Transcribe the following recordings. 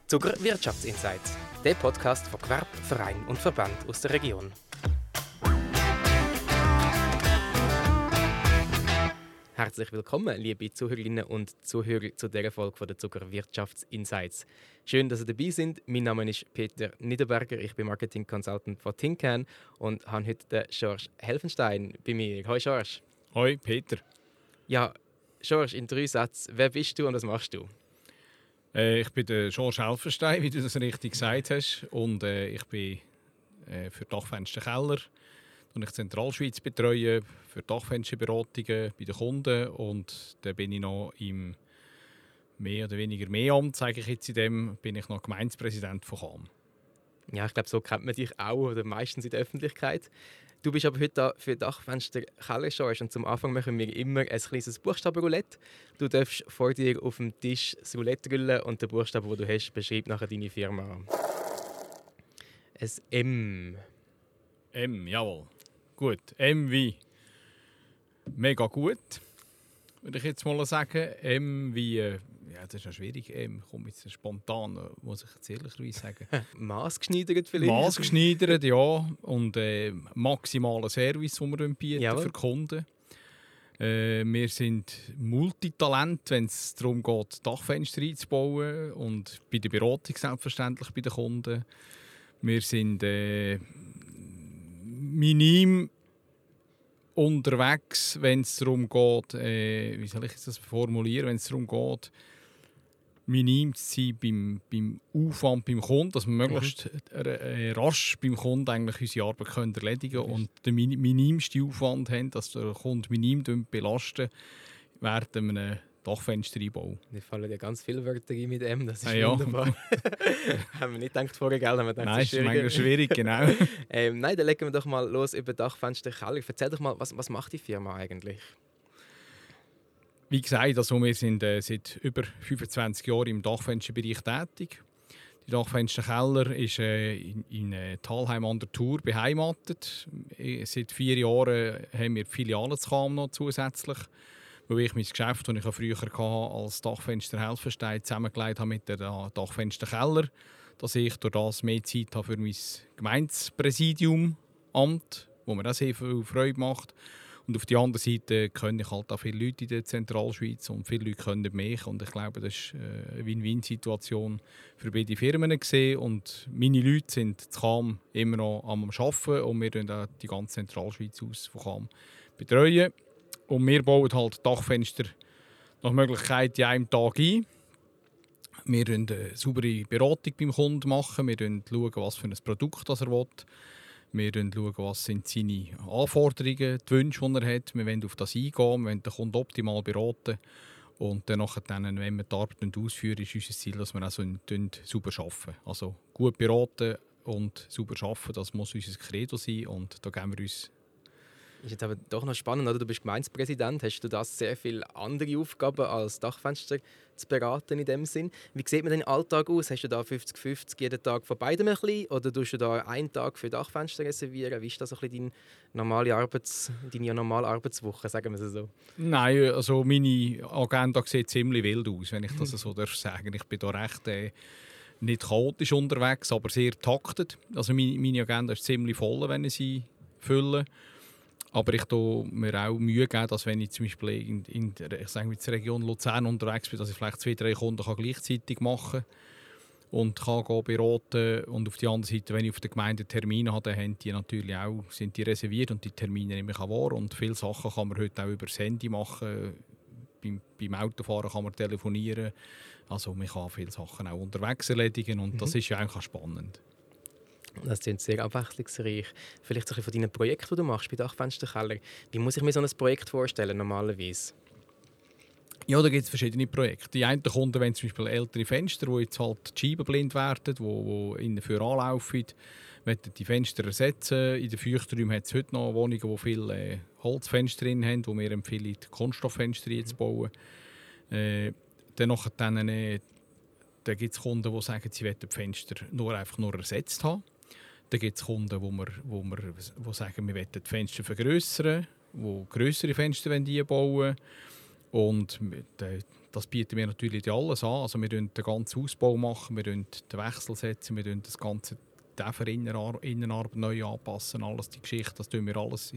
Zuger Wirtschaftsinsights, der Podcast von Gewerbe, Verein und Verband aus der Region. Herzlich willkommen, liebe Zuhörerinnen und Zuhörer, zu dieser Folge der Zuger Wirtschaftsinsights. Schön, dass ihr dabei sind. Mein Name ist Peter Niederberger, ich bin Marketing Consultant von Tincan und habe heute den George Helfenstein bei mir. Hoi George. Hoi Peter. Ja, George, in 3 Sätzen, wer bist du und was machst du? Ich bin der George Helfenstein, wie du das richtig gesagt hast. Und ich bin für Dachfenster Keller und ich Zentralschweiz betreue für Dachfensterberatungen bei den Kunden. Und dann bin ich noch im mehr oder weniger Mehramt, sage ich jetzt in dem, bin ich noch Gemeindepräsident von Cham. Ja, ich glaube, so kennt man dich auch, oder meistens in der Öffentlichkeit. Du bist aber heute da für Dachfenster Keller, George, und zum Anfang machen wir immer ein kleines Buchstabenroulette. Du darfst vor dir auf dem Tisch das Roulette rollen und den Buchstaben, den du hast, beschreibt nachher deine Firma. Ein M. M, jawohl. Gut, M wie mega gut, würde ich jetzt mal sagen. M wie, ja, das ist ja schwierig. M kommt jetzt spontan, muss ich jetzt ehrlicherweise sagen. Maßgeschneidert vielleicht? Maßgeschneidert, ja. Und maximalen Service, den wir bieten für Kunden. Wir sind Multitalent, wenn es darum geht, Dachfenster einzubauen. Und bei der Beratung selbstverständlich bei den Kunden. Wir sind minim unterwegs, wenn es darum geht, wie soll ich das formulieren, wenn es darum geht, minim zu sein beim Aufwand beim Kunden, dass wir möglichst rasch beim Kunden eigentlich unsere Arbeit erledigen können und den minimsten Aufwand haben, dass der Kunde minim belasten während einem Dachfenstereinbau. Mir fallen ja ganz viele Wörter ein mit M, das ist wunderbar. Haben wir nicht gedacht vorher, gell? Nein, ist manchmal schwierig, genau. Nein, dann legen wir doch mal los über Dachfenster Keller. Erzähl doch mal, was macht die Firma eigentlich? Wie gesagt, also wir sind seit über 25 Jahren im Dachfensterbereich tätig. Die Dachfenster Keller ist in Thalheim an der Thur beheimatet. Seit 4 Jahren haben wir die Filiale zu Cham noch zusätzlich, wo ich mein Geschäft, das ich früher als Dachfenster Helfenstein zusammengelegt habe mit der Dachfenster Keller, dass ich durch das mehr Zeit habe für mein Gemeindepräsidiumamt, wo mir auch sehr viel Freude macht. Und auf der anderen Seite kenne ich halt auch viele Leute in der Zentralschweiz und viele Leute können mich. Und ich glaube, das ist eine Win-Win-Situation für beide Firmen gesehen. Und meine Leute sind zu Cham immer noch am Arbeiten und wir betreuen auch die ganze Zentralschweiz aus von Cham betreuen. Und wir bauen halt Dachfenster nach Möglichkeit in einem Tag ein. Wir machen eine saubere Beratung beim Kunden. Wir schauen, was für ein Produkt er will. Wir schauen, was sind seine Anforderungen, die Wünsche, die er hat. Wir wollen auf das eingehen, wir wollen den Kunden optimal beraten. Und dann, wenn wir die Arbeit ausführen, ist unser Ziel, dass wir auch sauber arbeiten. Also gut beraten und sauber arbeiten, das muss unser Credo sein. Und da geben wir uns. Ist jetzt aber doch noch spannend, oder? Du bist Gemeindepräsident. Hast du das sehr viele andere Aufgaben als Dachfenster zu beraten in dem Sinn? Wie sieht man dein Alltag aus? Hast du da 50-50 jeden Tag von beidem ein bisschen? Oder tust du da einen Tag für Dachfenster reservieren? Wie ist das so ein bisschen deine normale Arbeitswoche, sagen wir es so? Nein, also meine Agenda sieht ziemlich wild aus, wenn ich das so sagen darf. Ich bin da recht nicht chaotisch unterwegs, aber sehr taktet. Also meine Agenda ist ziemlich voll, wenn ich sie fülle. Aber ich tue mir auch Mühe geben, dass wenn ich zum Beispiel in der Region Luzern unterwegs bin, dass ich vielleicht 2-3 Kunden gleichzeitig machen kann und kann beraten. Und auf der anderen Seite, wenn ich auf der Gemeinde Termine habe, dann haben die natürlich auch, sind die reserviert und die Termine nehme ich auch wahr. Und viele Sachen kann man heute auch über das Handy machen. Beim Autofahren kann man telefonieren. Also man kann viele Sachen auch unterwegs erledigen und das ist ja eigentlich auch spannend. Das klingt sehr abwechslungsreich. Vielleicht ein bisschen von deinen Projekten, die du machst bei Dachfenster Keller. Wie muss ich mir so ein Projekt vorstellen normalerweise? Ja, da gibt es verschiedene Projekte. Die einen Kunden wollen zum Beispiel ältere Fenster, die jetzt halt scheibenblind werden, die ihnen für anlaufen, wollen die Fenster ersetzen. In den Feuchträumen hat es heute noch Wohnungen, die viele Holzfenster drin haben, wo wir empfehlen, Kunststofffenster zu bauen. Dann gibt es Kunden, die sagen, sie wollen die Fenster nur ersetzt haben. Dann gibt es Kunden, die sagen, wir wollen die Fenster vergrössern, die grössere Fenster einbauen wollen. Und das bieten wir natürlich alles an. Also wir machen den ganzen Ausbau, machen, wir den Wechsel setzen, wir das ganze Innenarbeit neu anpassen, alles die Geschichte, das tun wir alles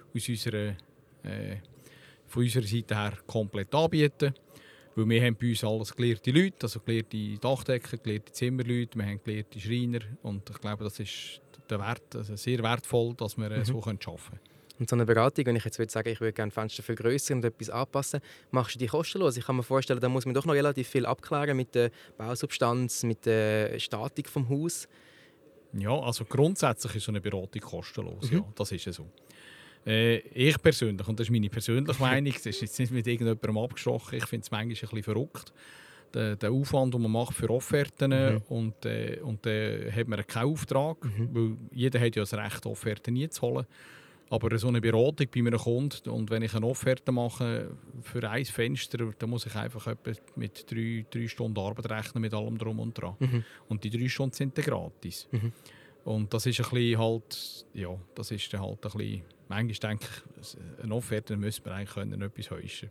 von unserer Seite her komplett anbieten. Weil wir haben bei uns alles gelehrte Leute, also gelehrte Dachdecker, gelehrte Zimmerleute, wir haben gelehrte Schreiner und ich glaube, das ist der Wert, also sehr wertvoll, dass wir so arbeiten können. Und so eine Beratung, wenn ich jetzt würde sagen, ich würde gerne Fenster vergrößern und etwas anpassen, machst du die kostenlos? Ich kann mir vorstellen, da muss man doch noch relativ viel abklären mit der Bausubstanz, mit der Statik des Hauses. Ja, also grundsätzlich ist so eine Beratung kostenlos, ja, das ist ja so. Ich persönlich, und das ist meine persönliche Meinung, das ist jetzt nicht mit irgendjemandem abgesprochen, ich finde es manchmal ein bisschen verrückt, der Aufwand, den man macht für Offerten und hat man keinen Auftrag, weil jeder hat ja das Recht, Offerten nie zu holen. Aber so eine Beratung bei einem Kunden, und wenn ich eine Offerte mache für ein Fenster, dann muss ich einfach etwa mit 3 Stunden Arbeit rechnen, mit allem drum und dran. Und die 3 Stunden sind dann gratis. Und das ist ein bisschen halt, ja, das ist dann halt ein bisschen, manchmal denke ich, eine Offerte müsste man eigentlich können, etwas heischen.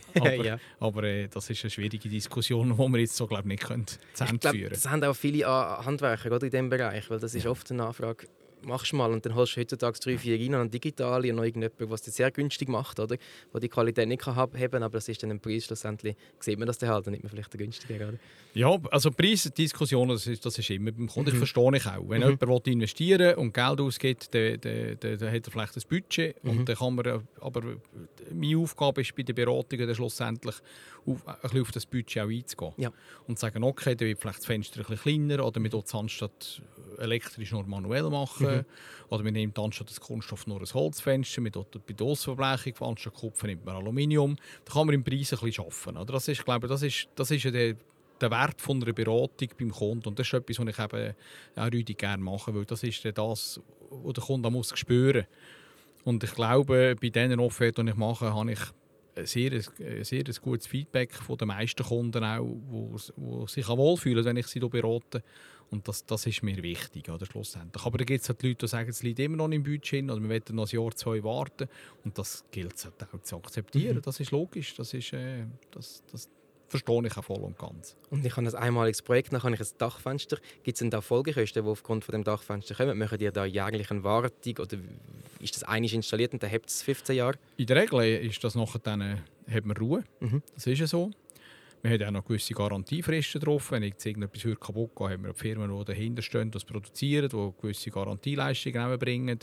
Aber das ist eine schwierige Diskussion, die wir jetzt so, glaube ich, nicht zu Ende führen können. Das haben auch viele Handwerker oder, in diesem Bereich, weil das ist oft eine Nachfrage. Machst du mal und dann holst du heutzutage 3-4 rein an digitale und noch irgendjemand, was das sehr günstig macht, oder? Wo die Qualität nicht haben kann, aber das ist dann ein Preis, schlussendlich sieht man das dann halt, dann nimmt man vielleicht den günstiger, oder? Ja, also Preisdiskussionen, das ist immer beim Kunden. Ich verstehe ich auch. Wenn jemand investieren und Geld ausgibt, dann hat er vielleicht ein Budget und dann kann man, aber meine Aufgabe ist bei den Beratungen dann schlussendlich ein bisschen auf das Budget auch einzugehen. Ja. Und zu sagen, okay, dann wird vielleicht das Fenster ein bisschen kleiner oder wir tun es anstatt elektrisch nur manuell machen. Oder wir nehmen anstatt des Kunststoff nur ein Holzfenster, wir tun bei der Ausverblechung anstatt Kupfer nimmt man Aluminium. Da kann man im Preis ein bisschen arbeiten. Oder? Das ist, ich glaube, das ist ja der Wert von einer Beratung beim Kunden. Und das ist etwas, was ich eben auch Rüdi gerne mache, weil das ist das, was der Kunde muss spüren muss. Und ich glaube, bei diesen Offerten, die ich mache, habe ich ein sehr gutes Feedback von den meisten Kunden auch, die sich auch wohlfühlen, wenn ich sie berate. Und das ist mir wichtig, oder, schlussendlich. Aber da gibt es halt Leute, die sagen, es liegt immer noch im Budget oder wir wollen noch ein Jahr, 2 warten. Und das gilt es halt auch zu akzeptieren. Das ist logisch. Das verstehe ich auch voll und ganz. Und ich habe ein einmaliges Projekt, dann habe ich ein Dachfenster. Gibt es denn da Folgekosten, die aufgrund von dem Dachfenster kommen? Machen die da jährlich eine Wartung oder ist das einmal installiert und dann habt es 15 Jahre? In der Regel ist das nachher dann, hat man Ruhe. Das ist ja so. Wir haben auch noch gewisse Garantiefristen drauf. Wenn jetzt irgendetwas kaputt geht, haben wir Firmen, die dahinter stehen, das produzieren, die gewisse Garantieleistungen bringen.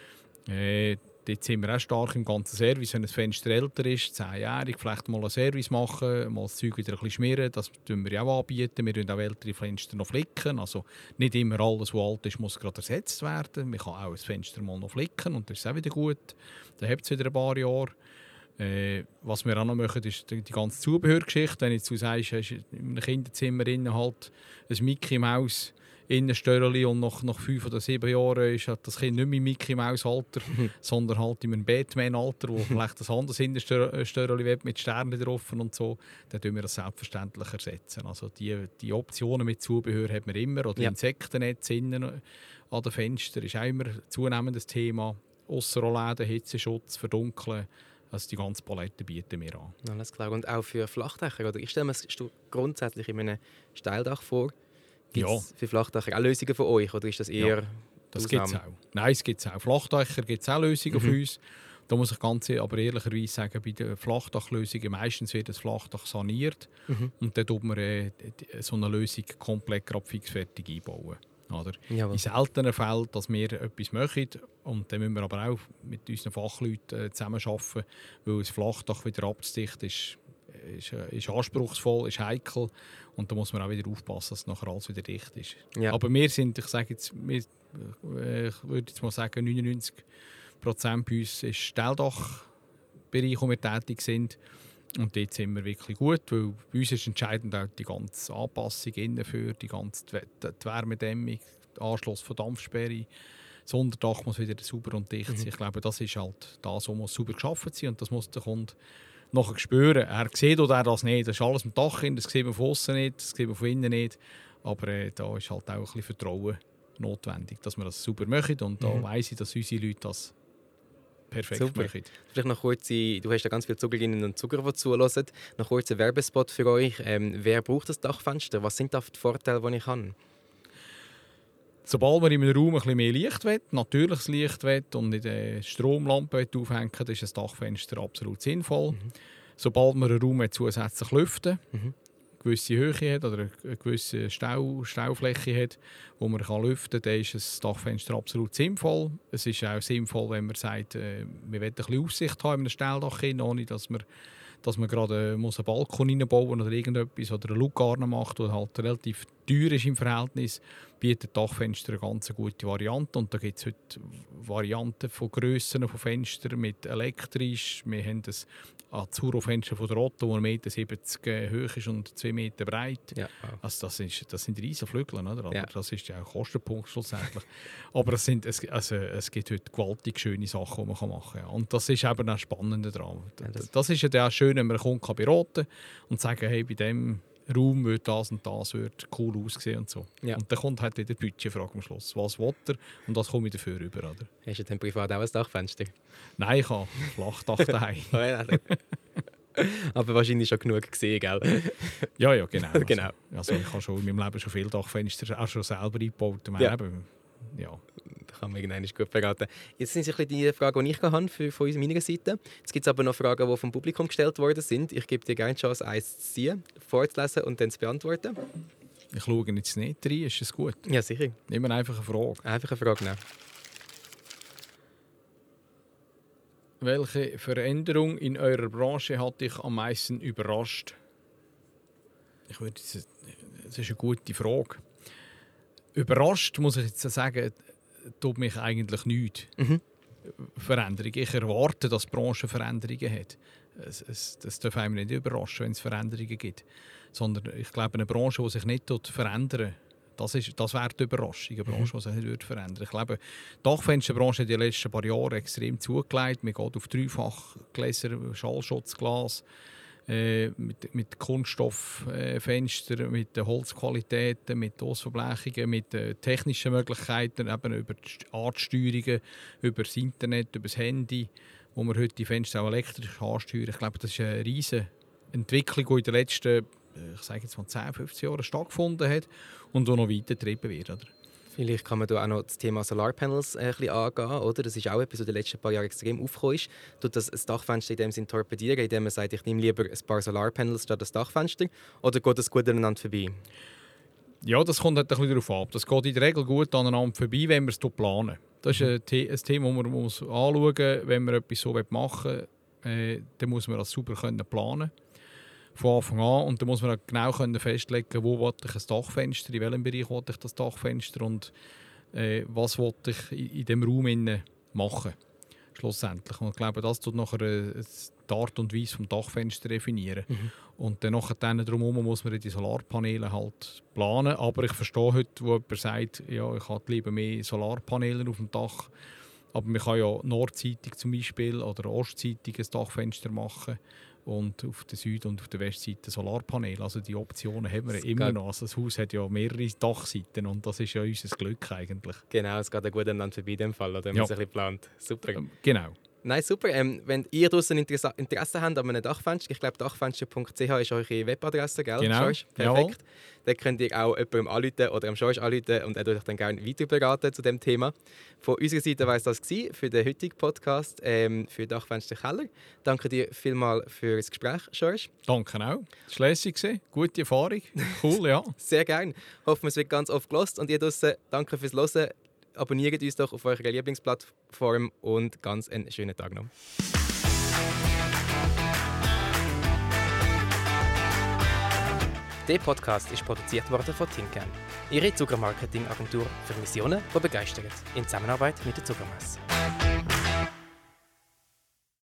Dort sind wir auch stark im ganzen Service. Wenn ein Fenster älter ist, 10-jährig, vielleicht mal einen Service machen, mal das Zeug wieder ein bisschen schmieren. Das tun wir auch anbieten. Wir tun auch ältere Fenster noch flicken. Also nicht immer alles, was alt ist, muss gerade ersetzt werden. Man kann auch ein Fenster mal noch flicken und das ist auch wieder gut. Dann habt es wieder ein paar Jahre. Was wir auch noch machen, ist die ganze Zubehörgeschichte. Wenn du sagst, hast in einem Kinderzimmer halt ein Mickey Maus Innenstörli und nach 5 oder 7 Jahren ist das Kind nicht mehr im Mickey Maus Alter, sondern halt in einem Batman Alter, wo vielleicht ein anderes Innenstörli mit Sternen drauf und so, dann tun wir das selbstverständlich ersetzen. Also die Optionen mit Zubehör hat man immer, oder Insektennetz innen an den Fenstern ist auch immer zunehmend ein Thema. Ausserrollläden, Hitzeschutz, Verdunkeln. Also die ganze Palette bieten wir an. Alles klar. Und auch für Flachdächer? Oder ich stelle mir das grundsätzlich in einem Steildach vor. Gibt es für Flachdächer auch Lösungen von euch? Oder ist das eher... Ja, das gibt es auch. Nein, es gibt es auch. Flachdächer gibt es auch Lösungen für uns. Da muss ich aber ehrlicherweise sagen, bei den Flachdachlösungen meistens wird das Flachdach saniert. Und dann tut man so eine Lösung komplett fixfertig einbauen. Oder? In seltenen Fällen, dass wir etwas machen, und dann müssen wir aber auch mit unseren Fachleuten zusammenarbeiten, weil ein Flachdach wieder abzudichten ist anspruchsvoll, ist heikel und da muss man auch wieder aufpassen, dass nachher alles wieder dicht ist. Ja. Aber wir sind, ich würde jetzt mal sagen, 99% bei uns ist Stelldachbereich, wo wir tätig sind. Und dort sind wir wirklich gut, weil bei uns ist entscheidend auch die ganze Anpassung für die ganze die Wärmedämmung, der Anschluss von Dampfsperre. Das Unterdach muss wieder sauber und dicht sein. Ich glaube, das ist halt das, was muss sauber geschaffen sein und das muss der Kunde nachher spüren. Er sieht oder das nicht, das ist alles im Dach hin, das sieht man von außen nicht, das sieht man von innen nicht. Aber da ist halt auch ein bisschen Vertrauen notwendig, dass wir das sauber machen und da weiss ich, dass unsere Leute das perfekt Super. machen. Vielleicht noch kurz, du hast ja ganz viele Zuckerinnen und Zucker, die zuhören. Noch kurz ein Werbespot für euch. Wer braucht das Dachfenster? Was sind da die Vorteile, die ich habe? Sobald man in einem Raum ein bisschen mehr Licht will, natürliches Licht will und nicht eine Stromlampe aufhängen will, ist ein Dachfenster absolut sinnvoll. Sobald man einen Raum zusätzlich lüften eine gewisse Höhe hat oder eine gewisse Staufläche hat, wo man lüften kann, dann ist ein Dachfenster absolut sinnvoll. Es ist auch sinnvoll, wenn man sagt, wir wollen ein bisschen Aussicht haben in einem Stelldach, ohne dass man gerade einen Balkon reinbauen oder irgendetwas oder eine Lukarne macht, die halt relativ teuer ist im Verhältnis, bietet Dachfenster eine ganz gute Variante. Und da gibt es heute Varianten von Grössen von Fenstern mit elektrisch. Wir haben das Azuro-Fenster von der Otto, das 1,70 Meter hoch ist und 2 Meter breit. Ja, wow. Also das sind riesige Flügel, oder? Aber das ist ja auch ein Kostenpunkt schlussendlich. Aber es gibt heute gewaltig schöne Sachen, die man machen kann. Ja. Und das ist eben auch spannend daran. Das ist ja auch schön, wenn man einen Kunden beraten kann und sagen, hey, bei diesem Raum wird das und das wird cool aussehen und so. Ja. Und dann kommt halt wieder die Budgetfrage am Schluss. Was will er und das komme ich dafür rüber, oder? Hast du denn privat auch ein Dachfenster? Nein, ich habe Flachdach daheim. Aber wahrscheinlich schon genug gesehen, gell? Ja, genau. Also ich habe schon in meinem Leben schon viele Dachfenster auch schon selber eingebaut. Ja. Das kann man irgendwann gut verraten. Jetzt sind es ein bisschen die Fragen, die ich habe von meiner Seite. Jetzt gibt es aber noch Fragen, die vom Publikum gestellt worden sind. Ich gebe dir gerne die Chance, eins zu ziehen, vorzulesen und dann zu beantworten. Ich schaue jetzt nicht rein, ist das gut? Ja, sicher. Nimm mir einfach eine Frage. Einfach eine Frage nehmen. Welche Veränderung in eurer Branche hat dich am meisten überrascht? Das ist eine gute Frage. Überrascht, muss ich jetzt sagen, tut mich eigentlich nichts. Veränderung. Ich erwarte, dass die Branche Veränderungen hat. Das darf einem nicht überraschen, wenn es Veränderungen gibt. Sondern ich glaube, eine Branche, die sich nicht verändern, das wäre die Überraschung. Eine Branche, die sich nicht verändern würde. Ich glaube, die Dachfensterbranche hat in den letzten paar Jahren extrem zugelegt. Man geht auf Dreifachgläser, Schallschutzglas, mit Kunststofffenstern, mit den Holzqualitäten, mit Ausverblechungen, mit technischen Möglichkeiten, eben über die Artsteuerungen, über das Internet, über das Handy, wo man heute die Fenster auch elektrisch ansteuern. Ich glaube, das ist eine riesige Entwicklung, die in den letzten, ich sage jetzt mal 10, 15 Jahren stattgefunden hat und die noch weitergetrieben wird. Oder? Vielleicht kann man da auch noch das Thema Solarpanels ein bisschen angehen, oder? Das ist auch etwas, was in den letzten paar Jahren extrem aufgekommen ist. Tut das Dachfenster in dem Sinne torpedieren, indem man sagt, ich nehme lieber ein paar Solarpanels statt das Dachfenster? Oder geht das gut aneinander vorbei? Ja, das kommt halt ein bisschen darauf ab. Das geht in der Regel gut aneinander vorbei, wenn wir es planen. Das ist ein Thema, das man anschauen muss. Wenn man etwas so machen will, dann muss man das super planen können. Von Anfang an. Und dann muss man genau festlegen, wo will ich ein Dachfenster, in welchem Bereich will ich das Dachfenster und was will ich in diesem Raum machen. Schlussendlich. Und ich glaube, das tut nachher die Art und Weise vom Dachfenster definieren. Und dann drumherum muss man die Solarpaneele halt planen. Aber ich verstehe heute, wo jemand sagt, ja, ich hätte lieber mehr Solarpaneele auf dem Dach. Aber man kann ja nordseitig zum Beispiel oder ostseitig ein Dachfenster machen. Und auf der Süd- und auf der Westseite Solarpaneele. Also die Optionen haben wir immer noch. Also das Haus hat ja mehrere Dachseiten und das ist ja unser Glück eigentlich. Genau, es geht gut aneinander vorbei in dem Fall, oder? Wenn man es ein bisschen plant. Super. Genau. Nein, super. Wenn ihr draussen Interesse habt an einem Dachfenster, ich glaube, dachfenster.ch ist eure Webadresse, gell? Genau. George? Perfekt. Dann könnt ihr auch jemandem anrufen oder am George anrufen und er wird euch dann gerne weiter beraten zu diesem Thema. Von unserer Seite war es das für den heutigen Podcast für Dachfenster Keller. Danke dir vielmals für das Gespräch, George. Danke auch. Das war lässig. Gute Erfahrung. Cool, ja. Sehr gerne. Hoffen, es wird ganz oft gelost. Und ihr draussen, danke fürs Hören. Abonniert uns doch auf eurer Lieblingsplattform und ganz einen schönen Tag noch. Der Podcast ist produziert worden von Tinken, Ihre Zuckermarketing-Agentur für Missionen, die begeistert, in Zusammenarbeit mit der Zuckermesse.